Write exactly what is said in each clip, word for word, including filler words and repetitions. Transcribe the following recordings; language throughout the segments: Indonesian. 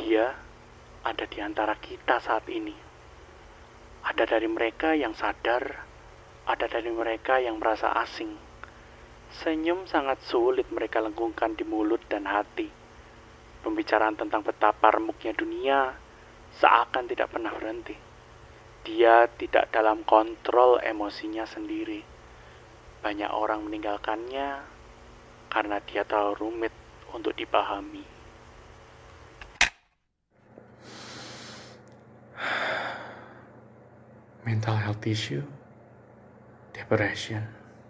Dia ada di antara kita saat ini. Ada dari mereka yang sadar, ada dari mereka yang merasa asing. Senyum sangat sulit mereka lengkungkan di mulut dan hati. Pembicaraan tentang betapa remuknya dunia seakan tidak pernah berhenti. Dia tidak dalam kontrol emosinya sendiri. Banyak orang meninggalkannya karena dia terlalu rumit untuk dipahami. Mental health issue, depression.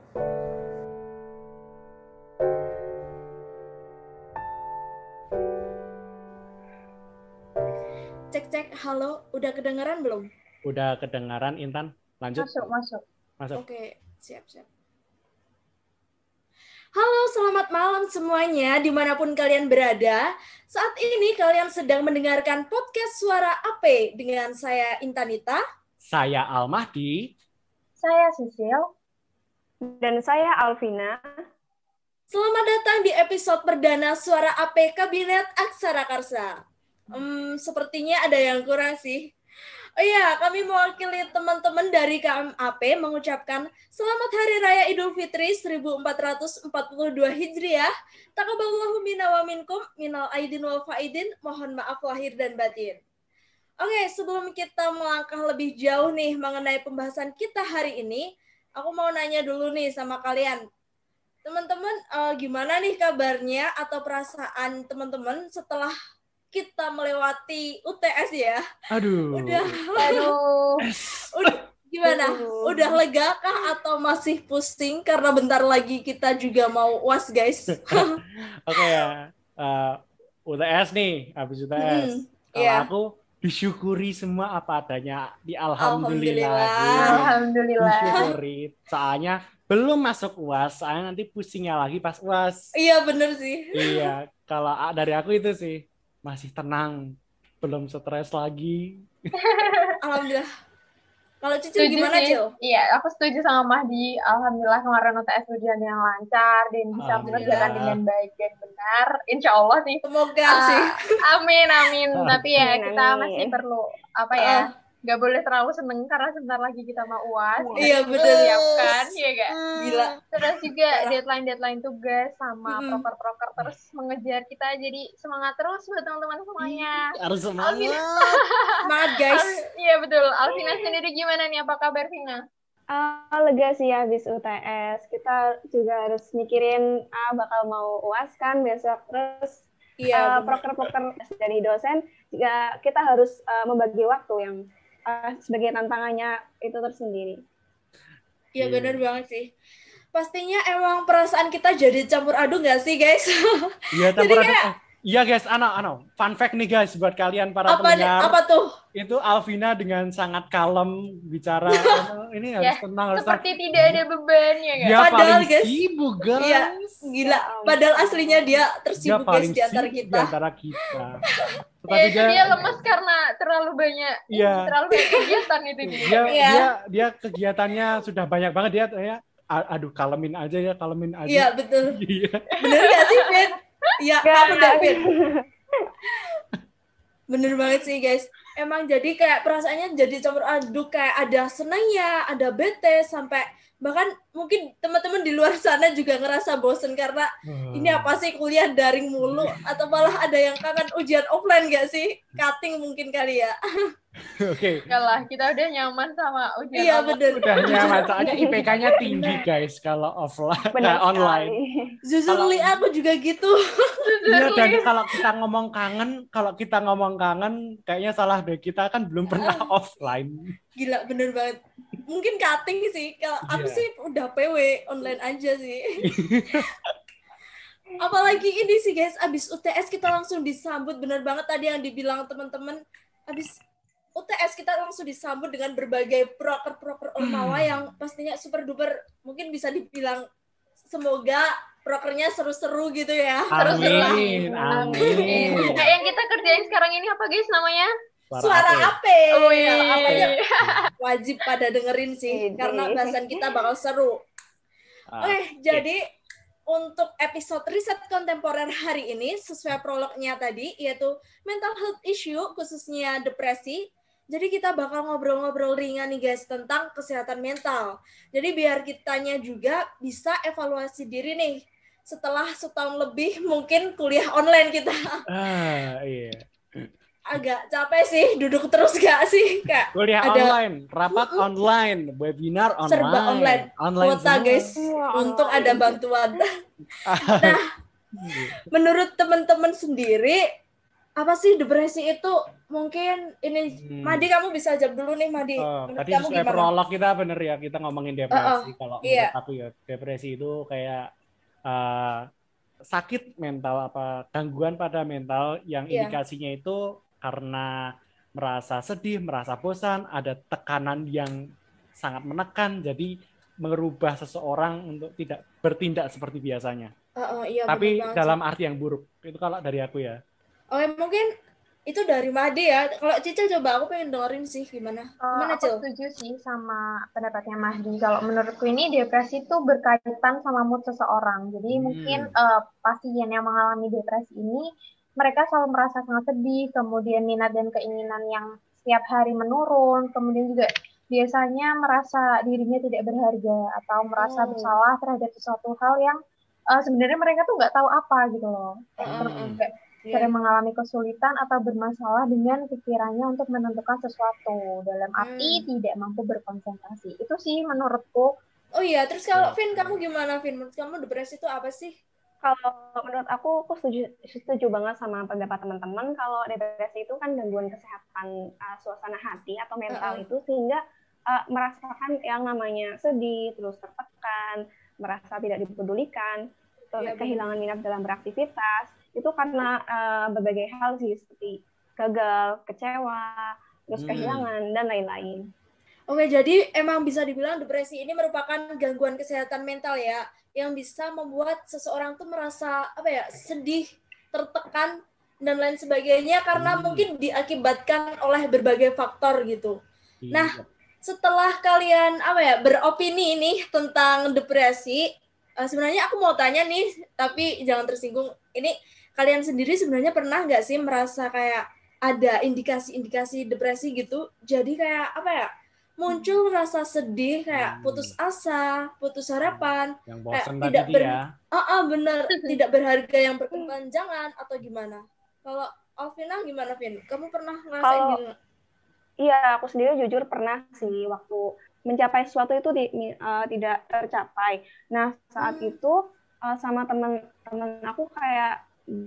Cek-cek, halo, udah kedengeran belum? Udah kedengaran, Intan? Lanjut. Masuk, masuk. Masuk. Oke, siap-siap. Halo, selamat malam semuanya, dimanapun kalian berada. Saat ini kalian sedang mendengarkan podcast Suara A P dengan saya Intanita. Saya Al-Mahdi. Saya Sisil. Dan saya Alvina. Selamat datang di episode perdana Suara A P Kabinet Aksara Karsa. Hmm, sepertinya ada yang kurang sih. Oh iya, kami mewakili teman-teman dari K M A P mengucapkan Selamat Hari Raya Idul Fitri seribu empat ratus empat puluh dua Hijriah. Taqabbalallahu minna wa minkum minal aidin wal faidin. Mohon maaf lahir dan batin. Oke, sebelum kita melangkah lebih jauh nih mengenai pembahasan kita hari ini, aku mau nanya dulu nih sama kalian. Teman-teman, uh, gimana nih kabarnya atau perasaan teman-teman setelah kita melewati U T S ya? Aduh. Udah, Aduh. udah gimana? Udah lega kah atau masih pusing karena bentar lagi kita juga mau U A S, guys? Oke ya. Uh, U T S nih, habis U T S. Hmm, Kalau yeah. aku disyukuri semua apa adanya. Di alhamdulillah. Alhamdulillah. Alhamdulillah. Disyukuri. Soalnya belum masuk U A S, soalnya nanti pusingnya lagi pas U A S. Iya, bener sih. Iya, kalau dari aku itu sih. Masih tenang, belum stres lagi. Alhamdulillah. Kalau Cicil Setuju gimana, sih. Cil? Iya, aku setuju sama Mahdi. Alhamdulillah kemarin U T S ujian yang lancar dan bisa mengerjakan dengan baik dan benar. Insya Allah sih. Semoga Uh, sih. Amin, amin. Tapi ya Amin, kita amin. masih perlu apa ya? Gak boleh terlalu seneng karena sebentar lagi kita mau U A S. Iya, Jadi betul. siapkan, iya gak? Gila. Terus juga Parah. deadline-deadline tugas sama Mm-mm. proker-proker terus mengejar kita. Jadi semangat terus buat teman-teman semuanya. Harus semangat. Semangat, guys. Al- Iya betul. Alvina sendiri gimana nih? Apa kabar Vina? Uh, lega sih ya habis U T S. Kita juga harus mikirin ah, bakal mau U A S kan besok. Terus Iya, uh, bener. proker-proker dari dosen juga kita harus uh, membagi waktu yang uh, sebagai tantangannya itu tersendiri. Iya, bener banget sih. Pastinya emang perasaan kita jadi campur aduk nggak sih, guys? Iya, Jadi campur aduk. kayak- Eh, Iya guys, ano, ano. Fun fact nih guys buat kalian para apa nih? pendengar. Apa tuh? Itu Alvina dengan sangat kalem bicara. "Oh, ini harus Ya, tenang, harus Seperti tenang." tidak ada beban ya kan? Dia Padahal, paling guys. sibuk guys. Iya, gila. Padahal aslinya dia Dia tersibuk, guys, paling di antara sibuk kita. di antara kita. Ya, Tetapi itu dia lemas karena terlalu banyak Iya. terlalu banyak kegiatan itu dia. dia, Iya. dia dia kegiatannya sudah banyak banget, dia ya aduh kalemin aja ya, kalemin aja. Iya, betul. Iya. Bener nggak sih, Fit? Iya, kamu deh, Fit. Bener banget sih, guys. Emang jadi kayak perasaannya jadi campur aduk, kayak ada senangnya, ada bete, sampai bahkan mungkin teman-teman di luar sana juga ngerasa bosen karena ini apa sih kuliah daring mulu, atau malah ada yang kangen ujian offline nggak sih? Cutting mungkin kali ya. Oke. Enggak lah, kita udah nyaman sama ujian Iya, online. bener. Udah nyaman, soalnya I P K-nya tinggi guys kalau offline, Benar nah, online. sekali. Jujur Kalau- Li, aku juga gitu. Iya, dan kalau kita ngomong kangen, kalau kita ngomong kangen, kayaknya salah deh, kita kan belum pernah offline. Gila, bener banget. Mungkin cutting sih. Kalau aku Iya. sih udah P W, online aja sih. Apalagi ini sih guys, abis U T S kita langsung disambut, bener banget tadi yang dibilang teman-teman. Abis U T S kita langsung disambut dengan berbagai proker-proker Ormawa Hmm. yang pastinya super duper, mungkin bisa dibilang semoga prokernya seru-seru gitu ya. Amin, Amin. amin. Kayak yang kita kerjain sekarang ini apa guys namanya? Suara apa ya? A P. Oh, iya. Apanya wajib pada dengerin sih, Ide. karena bahasan kita bakal seru. Ah, Oke, jadi untuk episode riset kontemporer hari ini sesuai prolognya tadi, yaitu mental health issue, khususnya depresi. Jadi kita bakal ngobrol-ngobrol ringan nih guys tentang kesehatan mental. Jadi biar kitanya juga bisa evaluasi diri nih setelah setahun lebih mungkin kuliah online kita. Ah, iya. Agak capek sih, duduk terus gak sih? Kayak Kuliah ada online, rapat uh-uh. online, webinar online. Serba online. Online Kuota semua. guys, untuk ada bantuan. Nah, menurut teman-teman sendiri, apa sih depresi itu? Mungkin ini, hmm. Madi kamu bisa jawab dulu nih Madi. Oh, menurut tadi kamu sesuai gimana? prolog kita bener ya, kita ngomongin depresi. Uh-uh. Kalau Iya. menurut aku ya, depresi itu kayak uh, sakit mental, apa gangguan pada mental yang Iya. indikasinya itu karena merasa sedih, merasa bosan, ada tekanan yang sangat menekan, jadi merubah seseorang untuk tidak bertindak seperti biasanya. Uh-uh, iya, Tapi bener banget dalam sih. arti yang buruk. Itu kalau dari aku ya. Oh, mungkin itu dari Madi ya. Kalau Cica coba aku pengen dengerin sih gimana. Gimana, Uh, aku Cil? setuju sih sama pendapatnya Mahdi. Kalau menurutku ini depresi itu berkaitan sama mood seseorang. Jadi Hmm. mungkin uh, pasien yang mengalami depresi ini mereka selalu merasa sangat sedih, kemudian minat dan keinginan yang setiap hari menurun, kemudian juga biasanya merasa dirinya tidak berharga atau merasa Oh. bersalah terhadap sesuatu hal yang uh, sebenarnya mereka tuh nggak tahu apa gitu loh. Hmm. Kayak Iya. sering mengalami kesulitan atau bermasalah dengan pikirannya untuk menentukan sesuatu dalam arti Hmm. tidak mampu berkonsentrasi. Itu sih menurutku. Oh iya, terus kalau Vin, kamu gimana Vin? Menurut kamu depresi itu apa sih? Kalau menurut aku, aku setuju, setuju banget sama pendapat teman-teman kalau depresi itu kan gangguan kesehatan uh, suasana hati atau mental Uh-uh. itu, sehingga uh, merasakan yang namanya sedih, terus tertekan, merasa tidak dipedulikan, terus Iya, kehilangan minat dalam beraktivitas. Itu karena uh, berbagai hal sih, seperti gagal, kecewa, terus Hmm. kehilangan, dan lain-lain. Oke, jadi emang bisa dibilang depresi ini merupakan gangguan kesehatan mental ya, yang bisa membuat seseorang tuh merasa apa ya, sedih, tertekan dan lain sebagainya karena Hmm. mungkin diakibatkan oleh berbagai faktor gitu. Iya. Nah, setelah kalian apa ya beropini nih tentang depresi, uh, sebenarnya aku mau tanya nih, tapi jangan tersinggung. Ini kalian sendiri sebenarnya pernah nggak sih merasa kayak ada indikasi-indikasi depresi gitu? Jadi kayak apa ya? Muncul rasa sedih, kayak putus asa, putus harapan, yang kayak bosan tidak tadi ber, dia. ah ah, bener, tidak berharga yang berkepanjangan atau gimana? Kalau Alvina gimana, Vin? Kamu pernah ngerasain Kalau- gitu nggak? Iya, aku sendiri jujur pernah sih waktu mencapai sesuatu itu di, uh, tidak tercapai. Nah, saat Hmm. itu uh, sama teman-teman aku kayak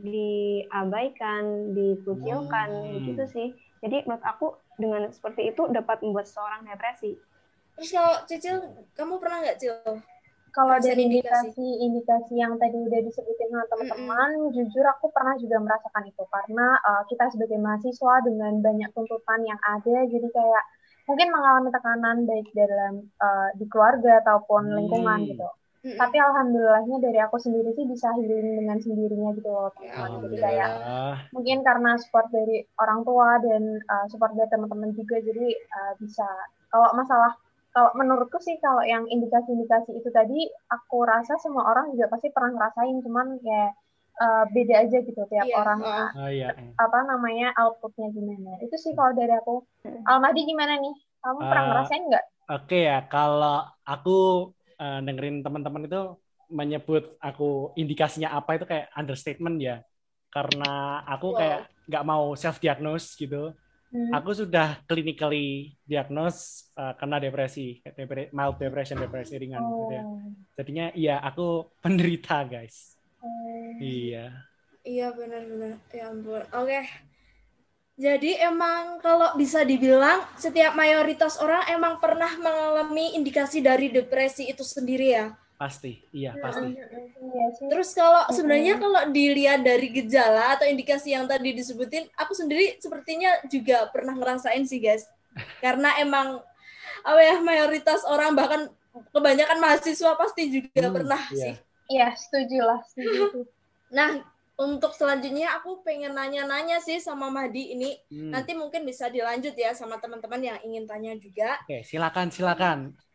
diabaikan, dikucilkan, Hmm. gitu sih. Jadi menurut aku dengan seperti itu dapat membuat seseorang depresi. Terus kalau Cicil, kamu pernah nggak, Cil? Kalau Rasa dari indikasi. indikasi-indikasi yang tadi udah disebutin sama teman-teman, jujur aku pernah juga merasakan itu karena uh, kita sebagai mahasiswa dengan banyak tuntutan yang ada, jadi kayak mungkin mengalami tekanan baik dalam uh, di keluarga ataupun Hmm. lingkungan gitu. Mm-mm. Tapi alhamdulillahnya dari aku sendiri sih bisa healing dengan sendirinya gitu loh teman-teman. Jadi kayak Alhamdulillah. mungkin karena support dari orang tua dan uh, support dari teman-teman juga, jadi uh, bisa. Kalau masalah, kalau menurutku sih kalau yang indikasi-indikasi itu tadi, aku rasa semua orang juga pasti pernah ngerasain, cuman ya uh, beda aja gitu tiap Iya, orang uh. Oh iya. apa namanya outputnya gimana. Itu sih kalau dari aku. Almahdi gimana nih? Kamu pernah Uh, ngerasain nggak? Oke ya, kalau aku uh, dengerin teman-teman itu menyebut aku indikasinya apa itu kayak understatement ya. Karena aku Wow. kayak nggak mau self-diagnose gitu. Hmm. Aku sudah clinically diagnose uh, kena depresi, depre- mild depression, depresi ringan gitu ya. Oh. Jadinya iya, aku penderita guys. Oh. Iya. Iya, benar-benar. Ya ampun. Oke. Jadi emang kalau bisa dibilang setiap mayoritas orang emang pernah mengalami indikasi dari depresi itu sendiri ya. Pasti, iya pasti. Iya sih. Terus kalau sebenarnya kalau dilihat dari gejala atau indikasi yang tadi disebutin, aku sendiri sepertinya juga pernah ngerasain sih guys. Karena emang apa ya, mayoritas orang bahkan kebanyakan mahasiswa pasti juga Hmm, pernah iya. sih. Iya, setuju lah, setuju. Nah, untuk selanjutnya aku pengen nanya-nanya sih sama Mahdi ini. Hmm. Nanti mungkin bisa dilanjut ya sama teman-teman yang ingin tanya juga. Oke, silakan silakan.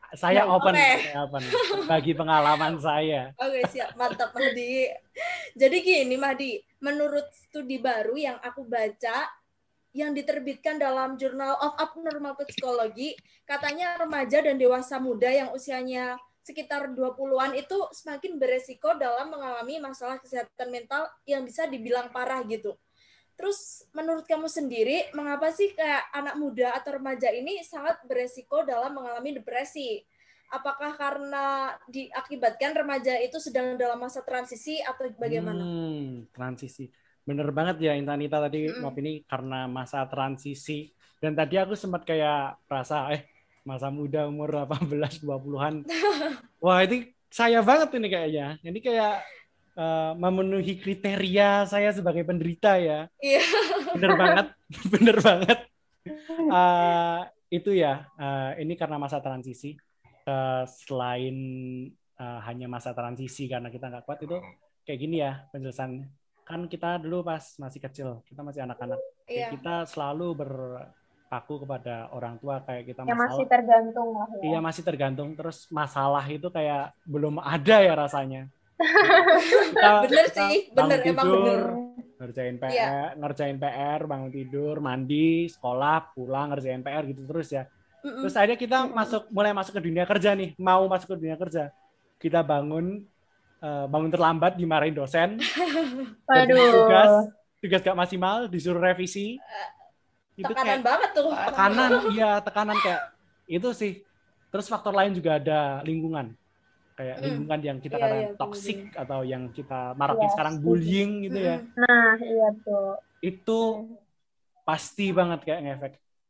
Saya open, Oke. saya open bagi pengalaman saya. Oke, siap. Mantap, Mahdi. Jadi gini, Mahdi. Menurut studi baru yang aku baca, yang diterbitkan dalam Journal of Abnormal Psychology, katanya remaja dan dewasa muda yang usianya sekitar dua puluhan itu semakin beresiko dalam mengalami masalah kesehatan mental yang bisa dibilang parah gitu. Terus menurut kamu sendiri, mengapa sih kayak anak muda atau remaja ini sangat beresiko dalam mengalami depresi? Apakah karena diakibatkan remaja itu sedang dalam masa transisi atau bagaimana? Hmm, transisi. Bener banget ya Intanita tadi Mm-mm. Ngop ini karena masa transisi. Dan tadi aku sempat kayak perasa, eh masa muda umur delapan belas dua puluhan. Wah itu saya banget ini kayaknya. Ini kayak uh, memenuhi kriteria saya sebagai penderita ya. Iya. Bener banget, bener banget. Uh, itu ya, uh, ini karena masa transisi. Uh, selain uh, hanya masa transisi karena kita nggak kuat itu kayak gini ya penjelasannya. Kan kita dulu pas masih kecil, kita masih anak-anak, Iya. kita selalu berpaku kepada orang tua kayak kita Ya masalah. masih tergantung lah ya. Iya masih tergantung. Terus masalah itu kayak belum ada ya rasanya. Kita, Bener kita sih, bener bangun emang tidur, bener. ngerjain P R, Iya. ngerjain P R, bangun tidur, mandi, sekolah, pulang, ngerjain P R gitu terus ya. Mm-mm. Terus akhirnya kita Mm-mm. masuk, mulai masuk ke dunia kerja nih, mau masuk ke dunia kerja. Kita bangun, uh, bangun terlambat, dimarahin dosen, Waduh. tugas, tugas gak maksimal, disuruh revisi. Itu Tekanan kayak banget tuh. tekanan, iya tekanan kayak itu sih. Terus faktor lain juga ada lingkungan, kayak Mm. lingkungan yang kita Iya, katakan iya, toxic bener-bener. atau yang kita marahin Yes, sekarang setuju. bullying gitu ya. Mm-mm. Nah, iya tuh. Itu pasti banget kayak ngefek.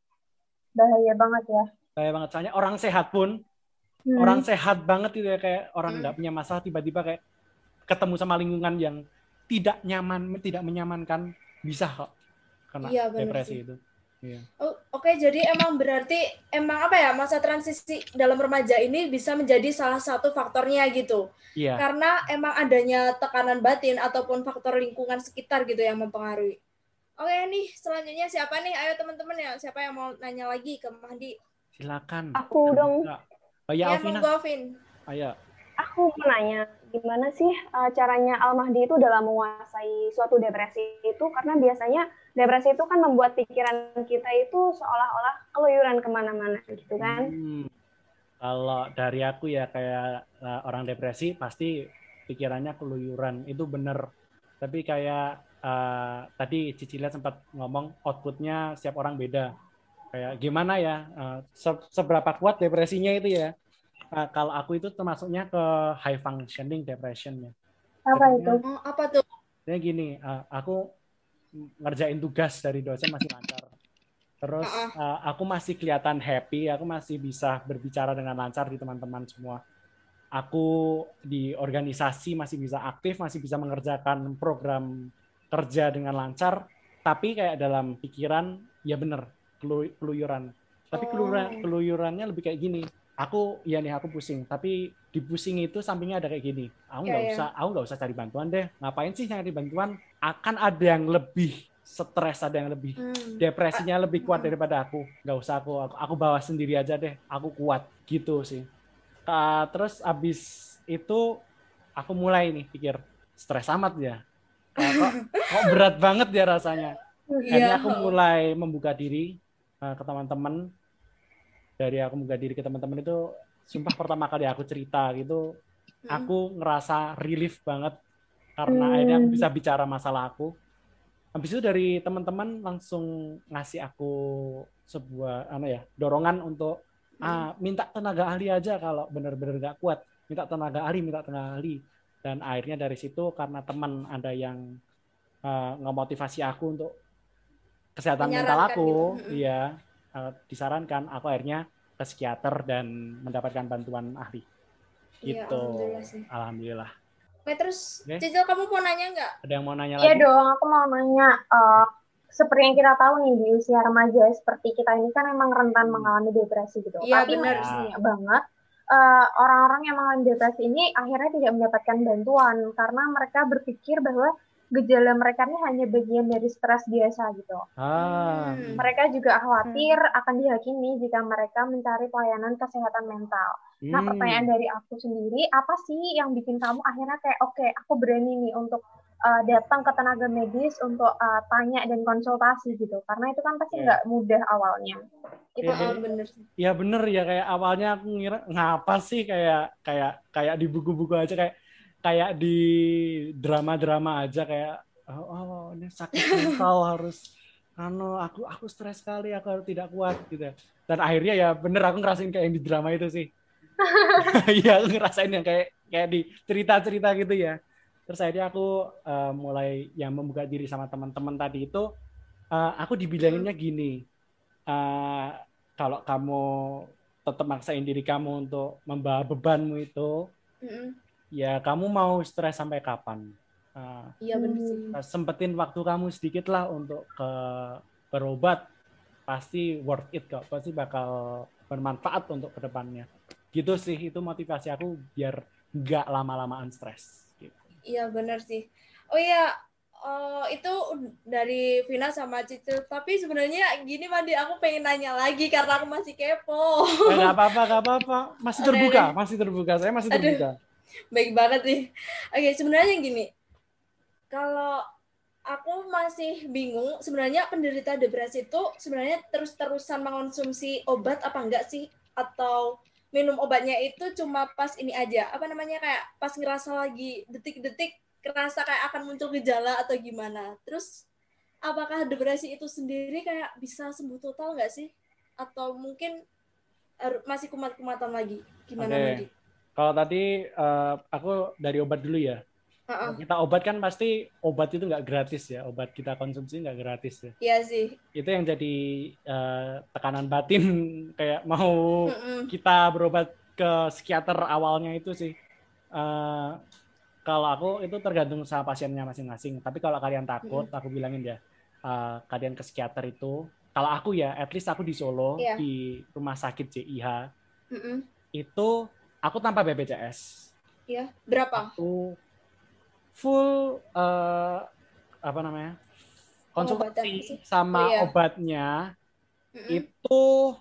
Bahaya banget ya. Kayak banget soalnya orang sehat pun, Hmm. orang sehat banget itu ya kayak orang Hmm. nggak punya masalah tiba-tiba kayak ketemu sama lingkungan yang tidak nyaman, tidak menyamankan bisa kok kena Iya, bener depresi sih. itu. Iya. Oh, oke, jadi emang berarti emang apa ya, masa transisi dalam remaja ini bisa menjadi salah satu faktornya gitu. Iya. Karena emang adanya tekanan batin ataupun faktor lingkungan sekitar gitu yang mempengaruhi. Oke nih, selanjutnya siapa nih? Ayo teman-teman ya, siapa yang mau nanya lagi ke Mahdi? Silakan. Aku dong. Oh ya, Ya, Alvina. monggo, Vin. Ayo. Aku mau nanya, gimana sih uh, caranya Al-Mahdi itu dalam menguasai suatu depresi itu? Karena biasanya depresi itu kan membuat pikiran kita itu seolah-olah keluyuran kemana-mana gitu kan. Hmm. Kalau dari aku ya kayak uh, orang depresi pasti pikirannya keluyuran, itu bener. Tapi kayak uh, tadi Cici lihat sempat ngomong outputnya setiap orang beda. Kayak gimana ya, uh, se- seberapa kuat depresinya itu ya. Uh, kalau aku itu termasuknya ke high functioning depression ya. Apa Jadinya, itu? Oh, apa tuh? Jadi gini, uh, aku ngerjain tugas dari dosen masih lancar. Terus uh, aku masih kelihatan happy, aku masih bisa berbicara dengan lancar di teman-teman semua. Aku di organisasi masih bisa aktif, masih bisa mengerjakan program kerja dengan lancar. Tapi kayak dalam pikiran, ya bener, keluyuran. Tapi keluyuran, keluyurannya lebih kayak gini. Aku, ya nih aku pusing, tapi di pusing itu sampingnya ada kayak gini. Aku nggak Ya, ya. usah, aku nggak usah cari bantuan deh. Ngapain sih cari bantuan? Akan ada yang lebih stres, ada yang lebih Hmm. depresinya lebih kuat daripada aku. Nggak usah aku, aku, aku bawa sendiri aja deh. Aku kuat gitu sih. Uh, terus abis itu aku mulai nih pikir stres amat ya. Nah, kok, kok berat banget ya rasanya. Akhirnya aku mulai membuka diri uh, ke teman-teman. Dari aku membuka diri ke teman-teman itu, sumpah pertama kali aku cerita gitu, aku ngerasa relief banget karena Hmm. akhirnya aku bisa bicara masalah aku. Habis itu dari teman-teman langsung ngasih aku sebuah ano ya, dorongan untuk ah, minta tenaga ahli aja kalau benar-benar nggak kuat. Minta tenaga ahli, minta tenaga ahli. Dan akhirnya dari situ karena teman ada yang uh, ngemotivasi aku untuk kesehatan mental aku, gitu. iya, uh, disarankan aku akhirnya ke psikiater dan mendapatkan bantuan ahli. Iya, Gitu. alhamdulillah sih. Alhamdulillah. Oke, terus Oke. Cicil, kamu mau nanya nggak? Ada yang mau nanya Iya lagi? dong, aku mau nanya. Uh, seperti yang kita tahu nih di usia remaja seperti kita ini kan emang rentan mengalami depresi gitu. Iya, Tapi benar masih sih. banyak banget uh, orang-orang yang mengalami depresi ini akhirnya tidak mendapatkan bantuan karena mereka berpikir bahwa gejala mereka ini hanya bagian dari stres biasa gitu. Ah. Hmm. Mereka juga khawatir akan dihakimi jika mereka mencari pelayanan kesehatan mental. Nah, Hmm. pertanyaan dari aku sendiri, apa sih yang bikin kamu akhirnya kayak, oke, okay, aku berani nih untuk uh, datang ke tenaga medis untuk uh, tanya dan konsultasi gitu? Karena itu kan pasti nggak Yeah. mudah awalnya. Itu Ya, sih. bener. Ya bener ya, kayak awalnya aku ngira ngapa sih kayak kayak kayak di buku-buku aja, kayak kayak di drama-drama aja, kayak oh, oh ini sakit mental harus anu aku aku stres sekali, aku harus tidak kuat gitu. Dan akhirnya ya bener aku ngerasain kayak yang di drama itu sih. Iya, aku ngerasain yang kayak kayak di cerita-cerita gitu ya. Terus akhirnya aku uh, mulai yang membuka diri sama teman-teman tadi itu, uh, aku dibilanginnya gini, uh, kalau kamu tetap maksain diri kamu untuk membawa bebanmu itu, Mm-mm. ya kamu mau stres sampai kapan? Uh, Iya bener sih. sempetin waktu kamu sedikit lah untuk ke berobat, pasti worth it kok, pasti bakal bermanfaat untuk kedepannya. Gitu sih, itu motivasi aku biar nggak lama-lamaan stres. Gitu. Iya benar sih. Oh iya, uh, itu dari Vina sama Cici. Tapi sebenarnya gini Mandi, aku pengen nanya lagi karena aku masih kepo. Ya, nggak apa-apa, nggak apa-apa. Masih terbuka, masih terbuka. Saya masih terbuka. Aduh, baik banget nih. Oke, sebenarnya gini. Kalau aku masih bingung, sebenarnya penderita depresi itu sebenarnya terus-terusan mengonsumsi obat apa enggak sih? Atau minum obatnya itu cuma pas ini aja, apa namanya, kayak pas ngerasa lagi detik-detik kerasa kayak akan muncul gejala atau gimana. Terus apakah depresi itu sendiri kayak bisa sembuh total nggak sih? Atau mungkin masih kumat-kumatan lagi? Gimana, okay. Mandi? Kalau tadi uh, aku dari obat dulu ya. Uh-uh. Kita obat kan pasti obat itu nggak gratis ya, obat kita konsumsi nggak gratis ya. Iya sih. Itu yang jadi uh, tekanan batin kayak mau Mm-mm. kita berobat ke psikiater awalnya itu sih. Uh, kalau aku itu tergantung sama pasiennya masing-masing. Tapi kalau kalian takut, Mm-mm. aku bilangin ya, uh, kalian ke psikiater itu. Kalau aku ya, at least aku di Solo yeah. di rumah sakit J I H Mm-mm. itu aku tanpa B P J S. Iya. Berapa? Aku full uh, apa namanya konsultasi sama oh, iya. obatnya mm-hmm. itu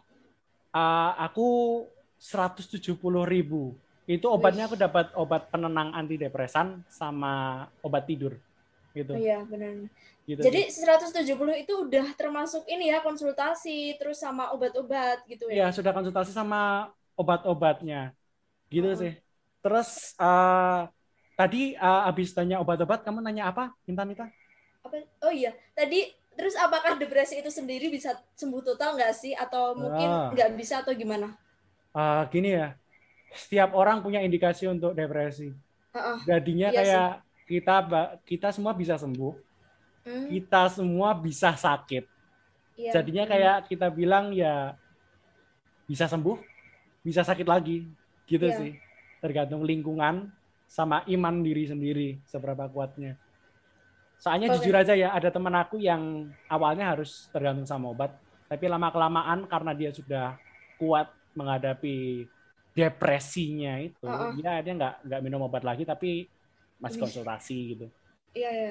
uh, aku seratus tujuh puluh ribu. Itu obatnya aku dapat obat penenang antidepresan sama obat tidur gitu. Oh, iya benar. Gitu, jadi sih. seratus tujuh puluh itu udah termasuk ini ya, konsultasi terus sama obat-obat gitu ya. Iya, sudah konsultasi sama obat-obatnya. Gitu oh. sih. Terus uh, tadi uh, abis tanya obat-obat, kamu nanya apa, Minta-Minta? Apa? Oh iya, tadi terus apakah depresi itu sendiri bisa sembuh total nggak sih? Atau mungkin ah. nggak bisa atau gimana? Uh, gini ya, setiap orang punya indikasi untuk depresi. Uh-uh. Jadinya iya kayak sih. kita kita semua bisa sembuh, hmm. kita semua bisa sakit. Iya. Jadinya kayak hmm. kita bilang ya bisa sembuh, bisa sakit lagi, gitu iya. sih. Tergantung lingkungan sama iman diri sendiri seberapa kuatnya. Soalnya okay. jujur aja ya, ada teman aku yang awalnya harus tergantung sama obat, tapi lama-kelamaan karena dia sudah kuat menghadapi depresinya itu, uh-uh. dia dia nggak nggak minum obat lagi, tapi masih konsultasi gitu. Iya, iya.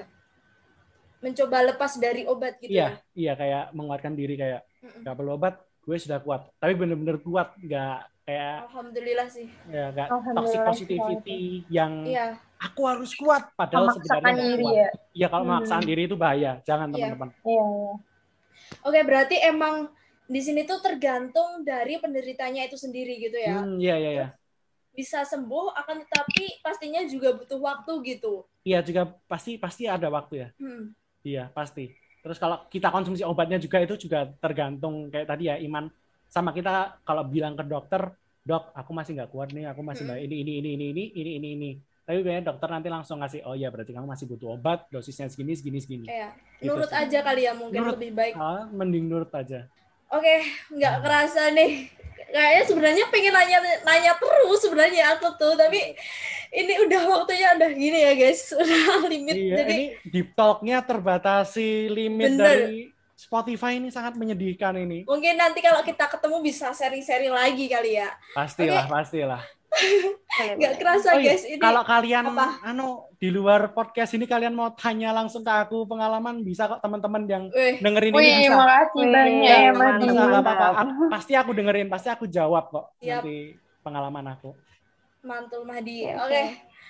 Mencoba lepas dari obat gitu iya, ya? Iya, kayak menguatkan diri, kayak nggak perlu obat, gue sudah kuat. Tapi bener-bener kuat, nggak kayak alhamdulillah sih. Ya, nggak toxic positivity yang iya. aku harus kuat padahal memaksakan sebenarnya nggak diri kuat. Ya, ya kalau hmm. memaksakan diri itu bahaya, jangan iya. teman-teman. Iya. Oke, berarti emang di sini tuh tergantung dari penderitanya itu sendiri gitu ya. Hmm, iya iya iya. Bisa sembuh, akan tetapi pastinya juga butuh waktu gitu. Iya, juga pasti pasti ada waktu ya. Hmm. Iya, pasti. Terus kalau kita konsumsi obatnya juga itu juga tergantung kayak tadi ya, iman. Sama kita kalau bilang ke dokter, dok, aku masih nggak kuat nih, aku masih nggak hmm. ini, ini, ini, ini, ini, ini, ini, ini. Tapi biasanya dokter nanti langsung ngasih, oh ya berarti kamu masih butuh obat, dosisnya segini, segini, segini. Iya. Gitu nurut sih. Aja kali ya mungkin nurut, lebih baik. Ah, mending nurut aja. Oke, nggak kerasa nih. Kayaknya sebenarnya pengen nanya nanya terus sebenarnya aku tuh, tapi ini udah waktunya udah gini ya guys, udah limit. Iya, jadi ini deep talk-nya terbatasi limit bener. Dari Spotify ini sangat menyedihkan ini. Mungkin nanti kalau kita ketemu bisa sharing-sharing lagi kali ya. Pastilah, okay. pastilah. Nggak kerasa Oh iya, guys ini. kalau kalian apa? anu di luar podcast ini kalian mau tanya langsung ke aku pengalaman bisa kok teman-teman yang Wih, dengerin ini Wih, bisa. makasih Wih, banyak ya, mantap, Madi. Bisa nggak apa-apa. mantap. A- Pasti aku dengerin, pasti aku jawab kok Yap. nanti pengalaman aku. mantul Mahdi. Oke. Oke.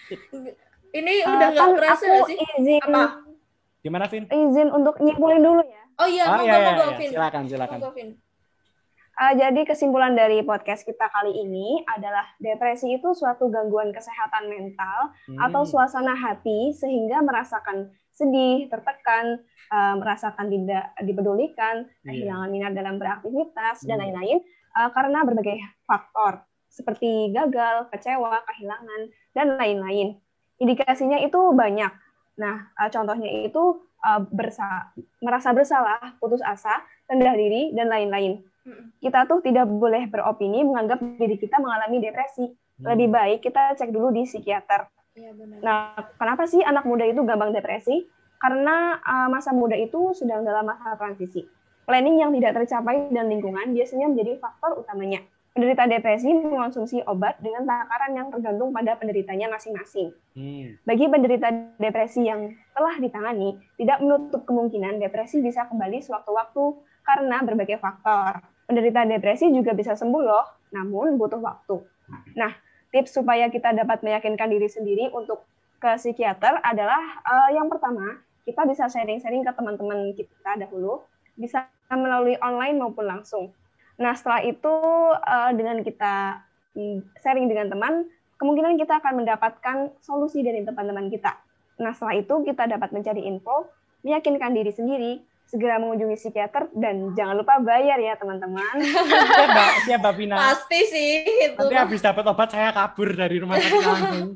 Ini Eh, udah nggak kan kerasa aku nggak sih? izin, Apa? Gimana, Vin? izin untuk nyimpulin dulu ya. Oh iya, Oh monggo iya, iya, monggo iya. Vin. Silakan, silakan. Monggo Vin. Uh, jadi kesimpulan dari podcast kita kali ini adalah depresi itu suatu gangguan kesehatan mental Hmm. atau suasana hati sehingga merasakan sedih, tertekan, uh, merasakan tidak dipedulikan, Iya. kehilangan minat dalam beraktivitas, dan Hmm. lain-lain uh, karena berbagai faktor seperti gagal, kecewa, kehilangan, dan lain-lain. Indikasinya itu banyak. Nah, uh, contohnya itu uh, bersa- merasa bersalah, putus asa, rendah diri, dan lain-lain. Kita tuh tidak boleh beropini menganggap diri kita mengalami depresi. Lebih baik kita cek dulu di psikiater. Iya benar. Nah, kenapa sih anak muda itu gampang depresi? Karena uh, masa muda itu sedang dalam masa transisi. Planning yang tidak tercapai dan lingkungan biasanya menjadi faktor utamanya. Penderita depresi mengonsumsi obat dengan takaran yang tergantung pada penderitanya masing-masing. Hmm. Bagi penderita depresi yang telah ditangani, tidak menutup kemungkinan depresi bisa kembali sewaktu-waktu karena berbagai faktor. Penderita depresi juga bisa sembuh loh, namun butuh waktu. Nah, tips supaya kita dapat meyakinkan diri sendiri untuk ke psikiater adalah uh, yang pertama, kita bisa sharing-sharing ke teman-teman kita dahulu, bisa melalui online maupun langsung. Nah, setelah itu uh, dengan kita sharing dengan teman, kemungkinan kita akan mendapatkan solusi dari teman-teman kita. Nah, setelah itu kita dapat mencari info, meyakinkan diri sendiri, segera mengunjungi psikiater, dan jangan lupa bayar ya teman-teman. Siap, Mbak. Siap, Mbak Vina. Pasti sih itu. Nanti habis dapat obat saya kabur dari rumah sakit langsung.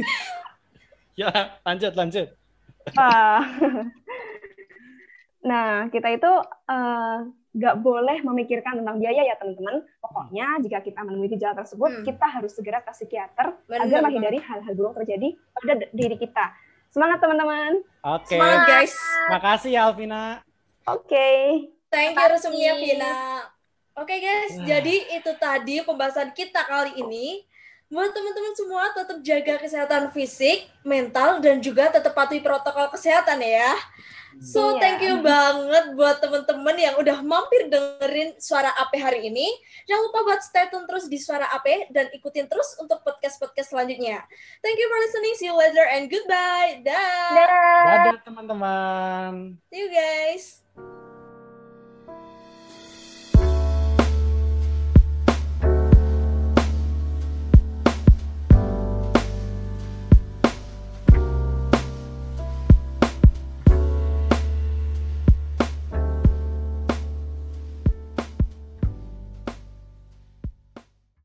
Ya, lanjut, lanjut. Ah. Nah, kita itu nggak uh, boleh memikirkan tentang biaya ya teman-teman. Pokoknya jika kita menemui gejala tersebut, hmm. kita harus segera ke psikiater Bener, agar menghindari hal-hal buruk terjadi pada diri kita. Semangat teman-teman. Oke. Okay. Semangat guys. Makasih ya Alvina. Oke. Okay. Thank you resumnya Vina. Oke okay, guys, nah. Jadi itu tadi pembahasan kita kali ini. Buat teman-teman semua tetap jaga kesehatan fisik, mental, dan juga tetap patuhi protokol kesehatan ya. So, yeah. Thank you banget buat teman-teman yang udah mampir dengerin Suara A P hari ini. Jangan lupa buat stay tune terus di Suara A P dan ikutin terus untuk podcast-podcast selanjutnya. Thank you for listening. See you later and goodbye. Dah. Dadah teman-teman. See you guys.